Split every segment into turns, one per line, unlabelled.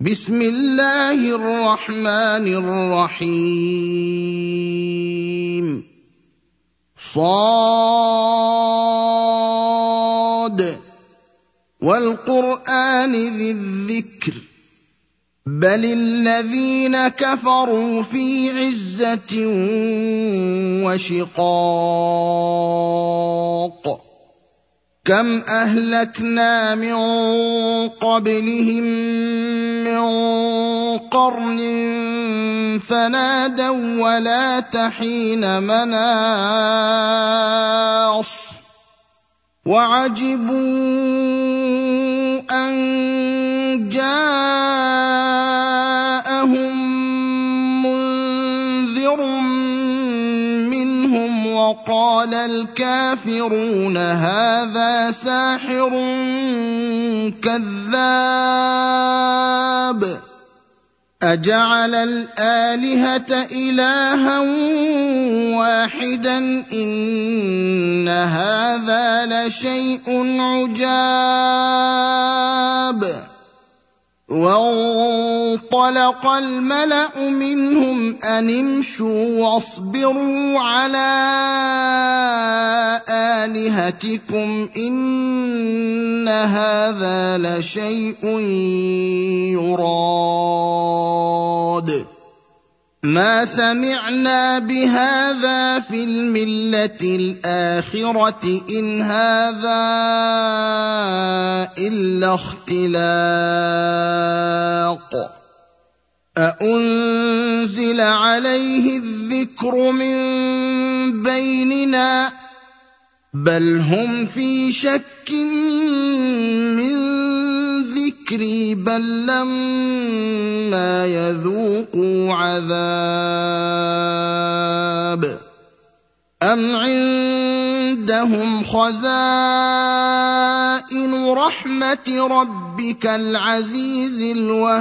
بسم الله الرحمن الرحيم صاد والقرآن ذي الذكر بل الذين كفروا في عزة وشقاق كم أهلكنا من قبلهم من قرن فنادوا ولا حين مناص وعجبوا أن جاءهم منذر منهم وقال الكافرون هذا ساحر كذاب أجعل الآلهة إلها واحدا إن هذا لشيء عجاب وانطلق الملأ منهم أن امشوا واصبروا على آلهتكم إن هذا لشيء يراد ما سمعنا بهذا في الملة الآخرة إن هذا إلا اختلاق أأنزل عليه الذكر من بيننا بل هم في شك من ذكري بل لما يذوقوا عذاب أم عندهم خزائن رحمة ربك العزيز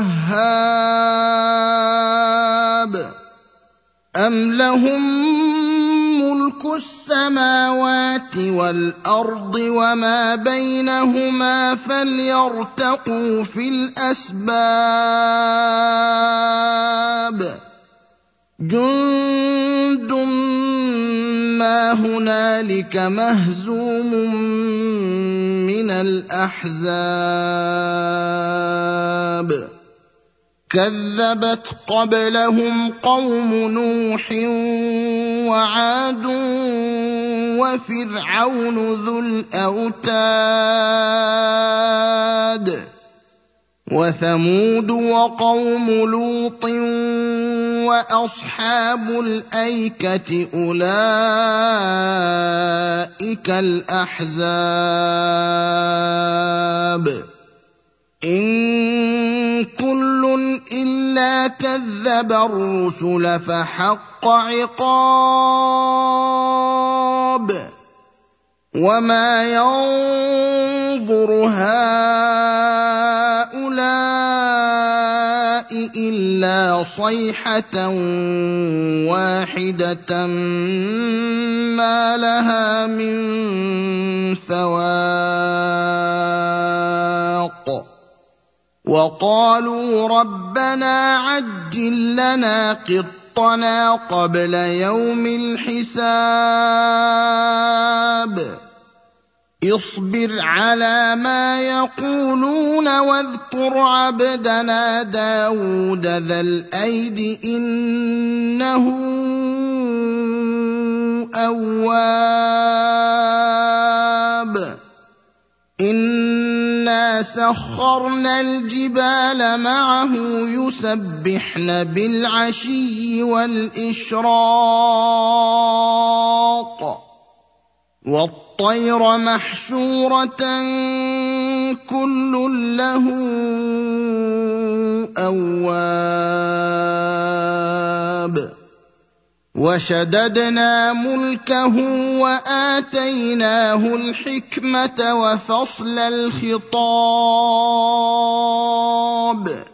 الوهاب أم لهم ملك السماوات والأرض وما بينهما فليرتقوا في الأسباب جند ما هنالك مهزوم من الأحزاب كذبت قبلهم قوم نوح وعاد وفرعون ذو الأوتاد وثمود وقوم لوط وأصحاب الأيكة أولئك الأحزاب إن كل إلا كذب الرسل فحق عقاب وما ينظر هؤلاء إلا صيحة واحدة ما لها من فواق وقالوا ربنا عجل لنا قطنا قبل يوم الحساب اصبر على ما يقولون واذكر عبدنا داود ذا الأيد إنه أواب إنا سخرنا الجبال معه يسبحن بالعشي والإشراق والطير محشورة كل له أواب وشددنا ملكه وآتيناه الحكمة وفصل الخطاب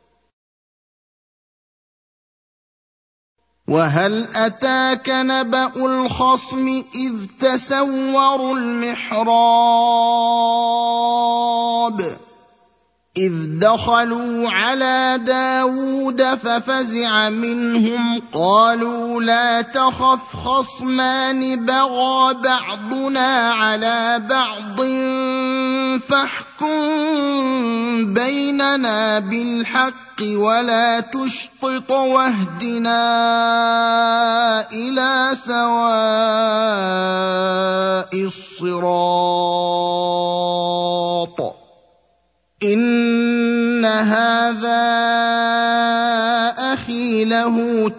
وهل أتاك نبأ الخصم إذ تسوروا المحراب إذ دخلوا على داود ففزع منهم قالوا لا تخف خصمان بغى بعضنا على بعض فاحكم بيننا بالحق ولا تشطط واهدنا إلى سواء الصراط إن هذا أخي له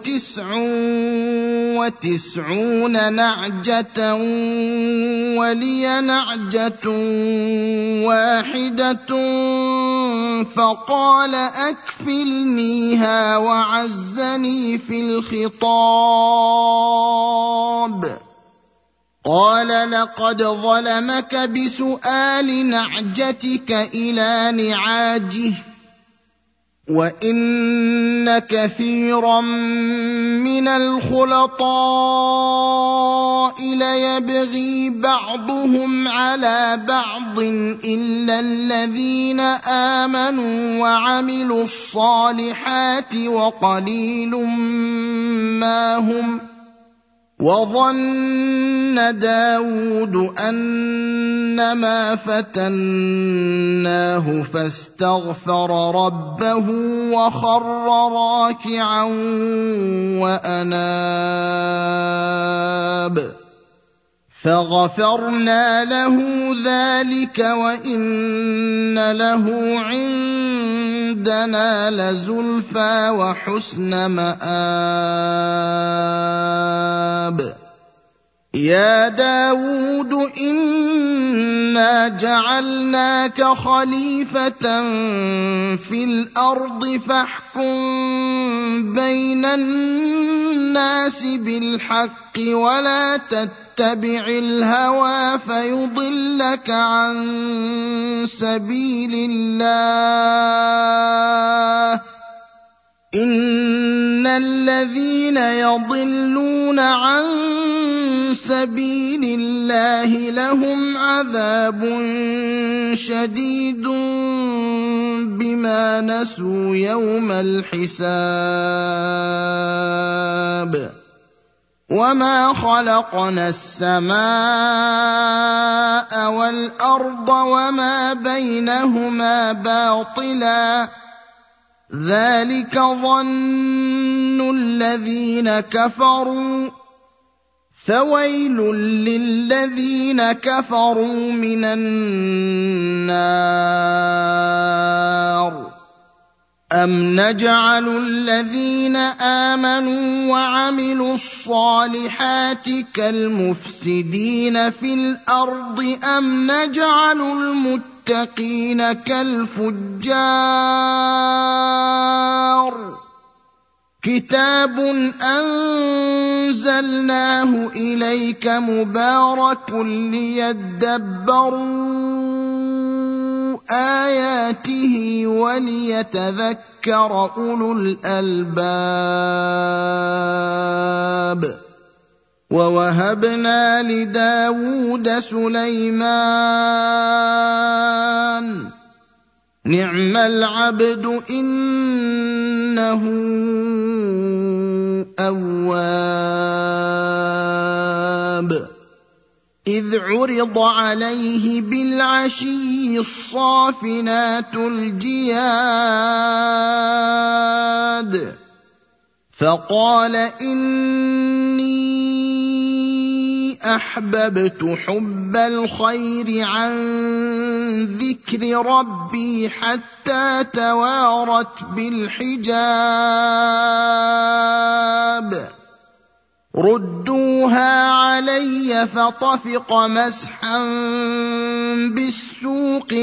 99 نعجة ولي نعجة واحدة فقال أكفلنيها وعزني في الخطاب قال لقد ظلمك بسؤال نعجتك إلى نعاجه وإن كثيرا من الخلطاء ليبغي بعضهم على بعض إلا الذين آمنوا وعملوا الصالحات وقليل ما هم وظن داود أنما فتناه فاستغفر ربه وخر راكعا وأناب فغفرنا له ذلك وإن له عندنا لزلفى وحسن مآب يا داود إنا جعلناك خليفة في الأرض فاحكم بين الناس بالحق ولا تتبع الهوى فيضلك عن سبيل الله إن الذين يضلون عن سبيل الله لهم عذاب شديد بما نسوا يوم الحساب وما خلقنا السماء والأرض وما بينهما باطلا ذلك ظن الذين كفروا فويل للذين كفروا من النار أم نجعل الذين آمنوا وعملوا الصالحات كالمفسدين في الأرض أم نجعل المتقين كالفجار كتاب أنزلناه إليك مبارك ليدبروا آياته وليتذكر أولو الألباب ووهبنا لداود سليمان نعم العبد إنه أواب إذ عرض عليه بالعشي الصافنات الجياد فقال إني أحببت حب الخير عن ذكر ربي حتى توارت بالحجاب ردوها علي فطفق مسحا بالسوق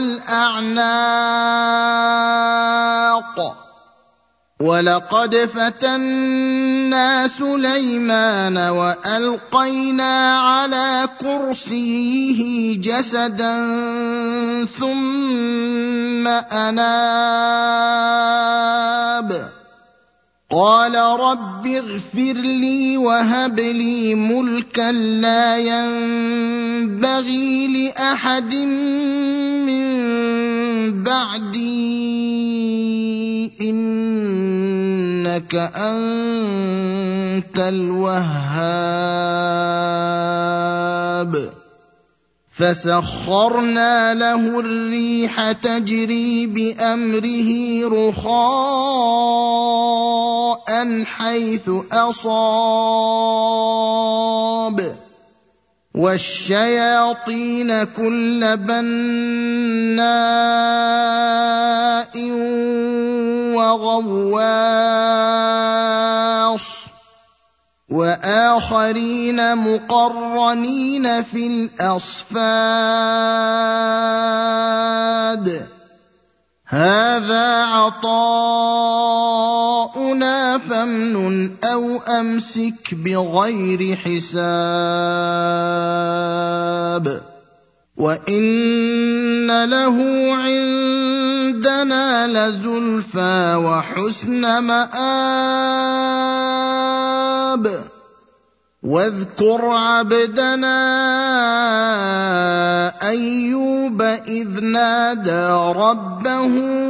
والأعناق ولقد فتنا سليمان وألقينا على كرسيه جسدا ثم أناب قال رب اغفر لي وهب لي ملكا لا ينبغي لأحد من بَعْدِي إِنَّكَ أَنتَ الْوَهَّابُ فَسَخَّرْنَا لَهُ الرِّيحَ تَجْرِي بِأَمْرِهِ رُخَاءً حَيْثُ أَصَابَ وَالشَّيَاطِينَ كُلَّ بَنَّاءٍ وَغَوَّاصٍ وَآخَرِينَ مُقَرَّنِينَ فِي الْأَصْفَادِ هَذَا عَطَاؤُنَا فَامْنُنْ أَوْ أَمْسِكْ بِغَيْرِ حِسَابٍ وَإِنَّ لَهُ عِندَنَا لَزُلْفَىٰ وَحُسْنَ مَآبٍ وَاذْكُرْ عَبْدَنَا أَيُّوبَ إِذْ نَادَىٰ رَبَّهُ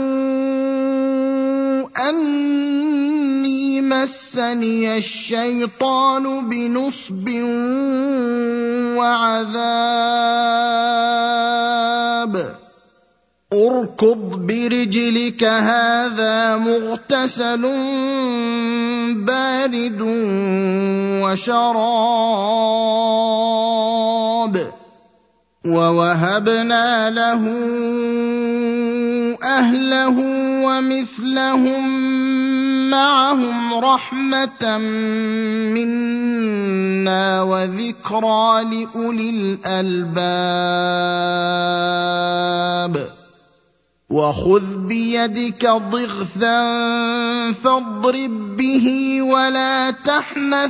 أَنِّي مَسَّنِيَ الشَّيْطَانُ بِنُصْبٍ وَعَذَابٍ ارْكُضْ بِرِجْلِكَ هَٰذَا مُغْتَسَلٌ بَارِدٌ وَشَرَابٌ وَوَهَبْنَا لَهُ أَهْلَهُ وَمِثْلَهُم مَّعَهُمْ رَحْمَةً مِّنَّا وَذِكْرَىٰ لِأُولِي الْأَلْبَابِ وَخُذْ بِيَدِكَ ضِغْثًا فَاضْرِب بِّهِ وَلَا تَحْنَثْ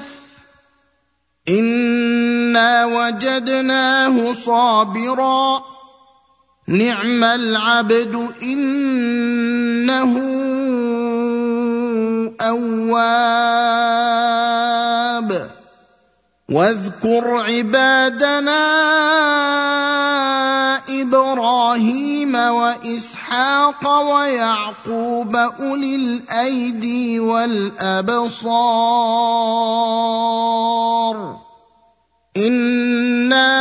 إِنَّا وَجَدْنَاهُ صَابِرًا نِعْمَ الْعَبْدُ إِنَّهُ أَوَّابٌ وَاذْكُرْ عِبَادَنَا إِبْرَاهِيمَ وَإِسْحَاقَ وَيَعْقُوبَ أُولِي الْأَيْدِي وَالْأَبْصَارِ إِنَّا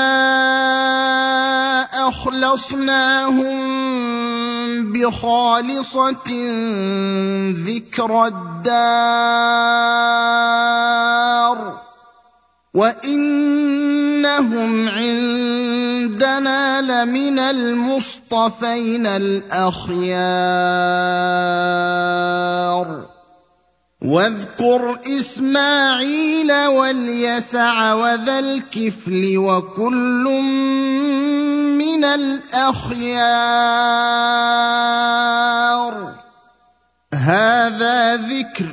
أَخْلَصْنَاهُم بِخَالِصَةٍ ذِكْرَى الدَّارِ وَإِنَّهُمْ عِندَنَا لَمِنَ الْمُصْطَفَيْنَ الْأَخْيَارِ وَاذْكُرْ إِسْمَاعِيلَ وَالْيَسَعَ وَذَا الْكِفْلِ وَكُلٌّ مِّنَ الْأَخْيَارِ هَذَا ذِكْرٌ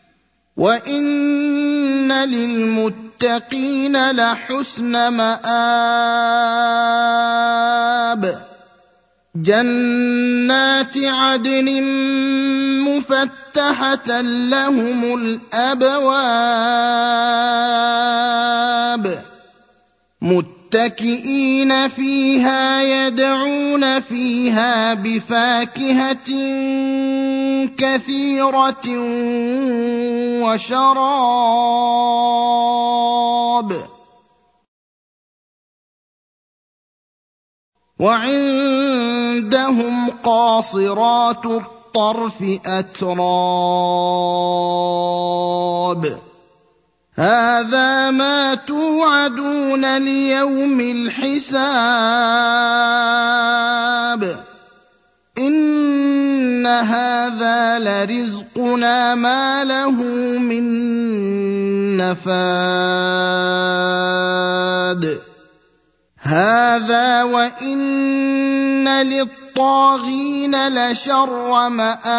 وَإِنَّ لِلْمُتَّقِينَ لَحُسْنَ مَآبٍ جَنَّاتِ عَدْنٍ مُّفَتَّحَةً لَّهُمُ الْأَبْوَابُ مُتَّكِئِينَ فِيهَا يَدْعُونَ فِيهَا بِفَاكِهَةٍ كَثِيرَةٍ وَشَرَابٍ وَعِندَهُمْ قَاصِرَاتُ الطَّرْفِ أَتْرَابٌ هَذَا مَا تُوعَدُونَ لِيَوْمِ الْحِسَابِ إِنَّ هَذَا لَرِزْقُنَا مَا لَهُ مِن نَّفَادٍ هَذَا وَإِنَّ لِلطَّاغِينَ لَشَرَّ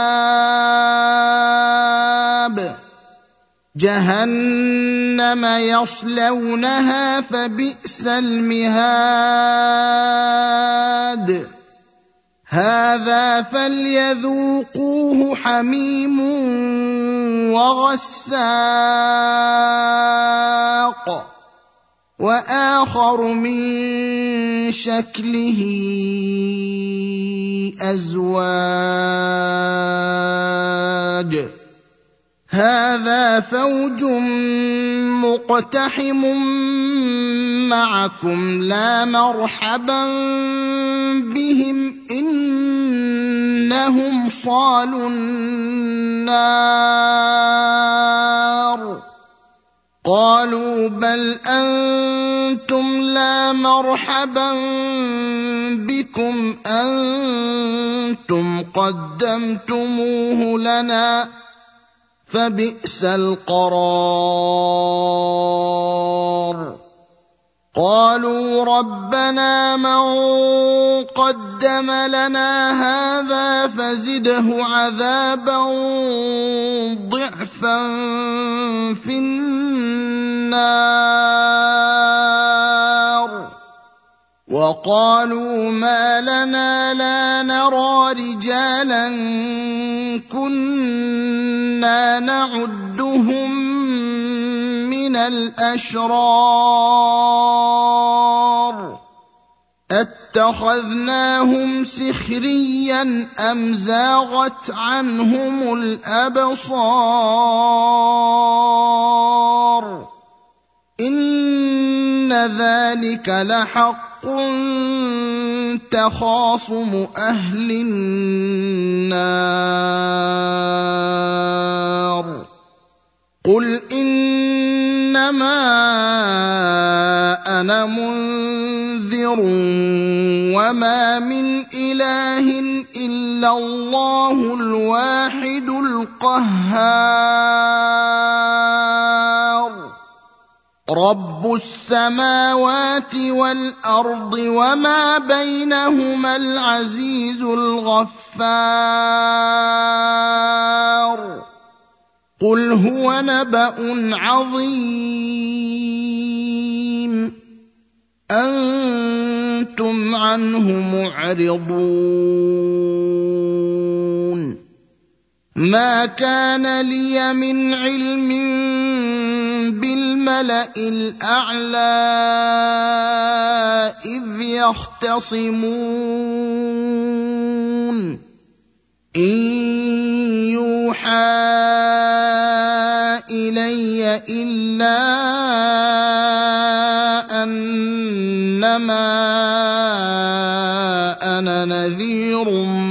مَآبٍ جَهَنَّمَ يَصْلَوْنَهَا فَبِئْسَ الْمِهَادُ هَذَا فَلْيَذُوقُوهُ حَمِيمٌ وَغَسَّاقٌ وآخر من شكله أزواج هذا فوج مقتحم معكم لا مرحبا بهم إنهم صالوا النار قالوا بل أنتم لا مرحبا بكم أنتم قدمتموه لنا فبئس القرار قالوا ربنا من قدم لنا هذا فزده عذابا ضعفا في النار وقالوا ما لنا لا نرى رجالا كنا نعدهم من الأشرار اتخذناهم سخريا أم زاغت عنهم الأبصار إن ذلك لحق تخاصم أهل النار قل إنما أنا منذر وما من إله إلا الله الواحد القهار رب السماوات والأرض وما بينهما العزيز الغفار قل هو نبأ عظيم أنتم عنه معرضون ما كان لي من علم بالملأ الأعلى إذ يختصمون إن يوحى إلي إلا أنما أنا نذير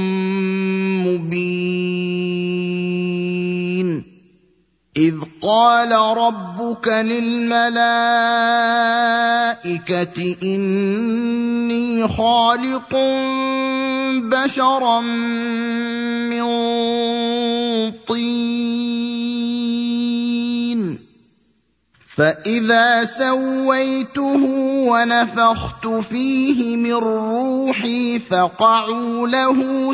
مبين إذ قال ربك للملائكة إني خالق بشرا من طين فإذا سويته ونفخت فيه من روحي فقعوا له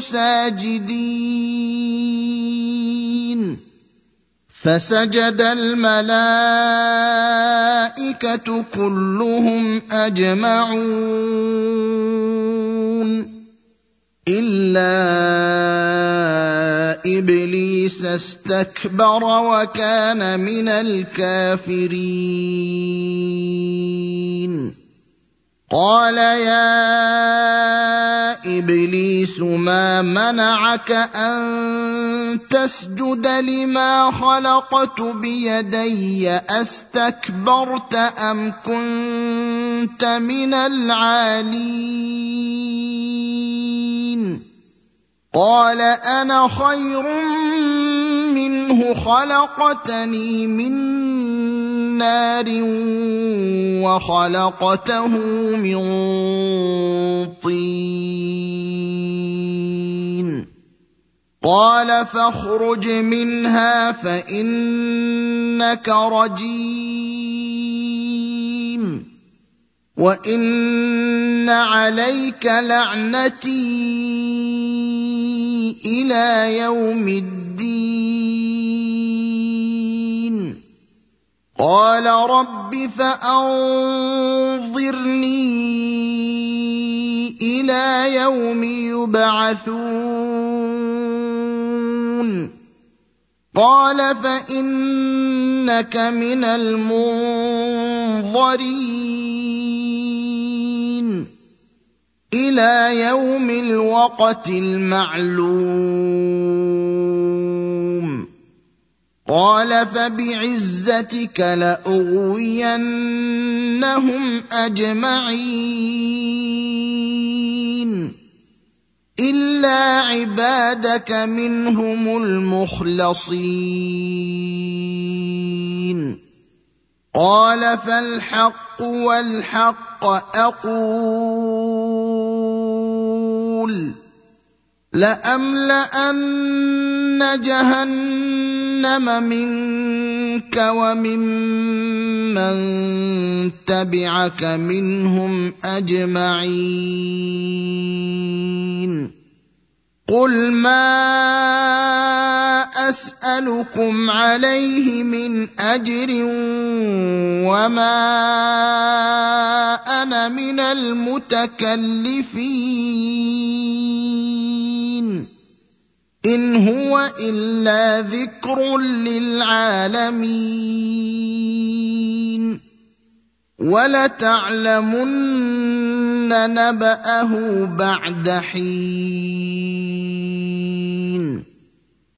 ساجدين فسجد الملائكة كلهم أجمعون إلا إبليس استكبر وكان من الكافرين قال يا إبليس ما منعك أن تسجد لما خلقت بيدي أستكبرت أم كنت من العالين قال أنا خير منه خلقتني من نار وخلقته من طين قال فاخرج منها فإنك رجيم وإن عليك لعنتي إلى يوم الدين قال رب فأنظرني إلى يوم يبعثون قال فإنك من المنظرين مُنظَرِينَ إِلَىٰ يَوْمِ الْوَقْتِ الْمَعْلُومِ قَالَ فَبِعِزَّتِكَ لَأُغْوِيَنَّهُمْ أَجْمَعِينَ إِلَّا عِبَادَكَ مِنْهُمُ الْمُخْلَصِينَ قَالَ فَالْحَقُّ وَالْحَقَّ أَقُولُ لَأَمْلَأَنَّ جَهَنَّمَ مِنكَ وَمِمَّن تَبِعَكَ مِنْهُمْ أَجْمَعِينَ قُلْ مَا أَسْأَلُكُمْ عَلَيْهِ مِنْ أَجْرٍ وَمَا أَنَا مِنَ الْمُتَكَلِّفِينَ إِنْ هُوَ إِلَّا ذِكْرٌ لِّلْعَالَمِينَ وَلَتَعْلَمُنَّ نَبَأَهُ بَعْدَ حِينٍ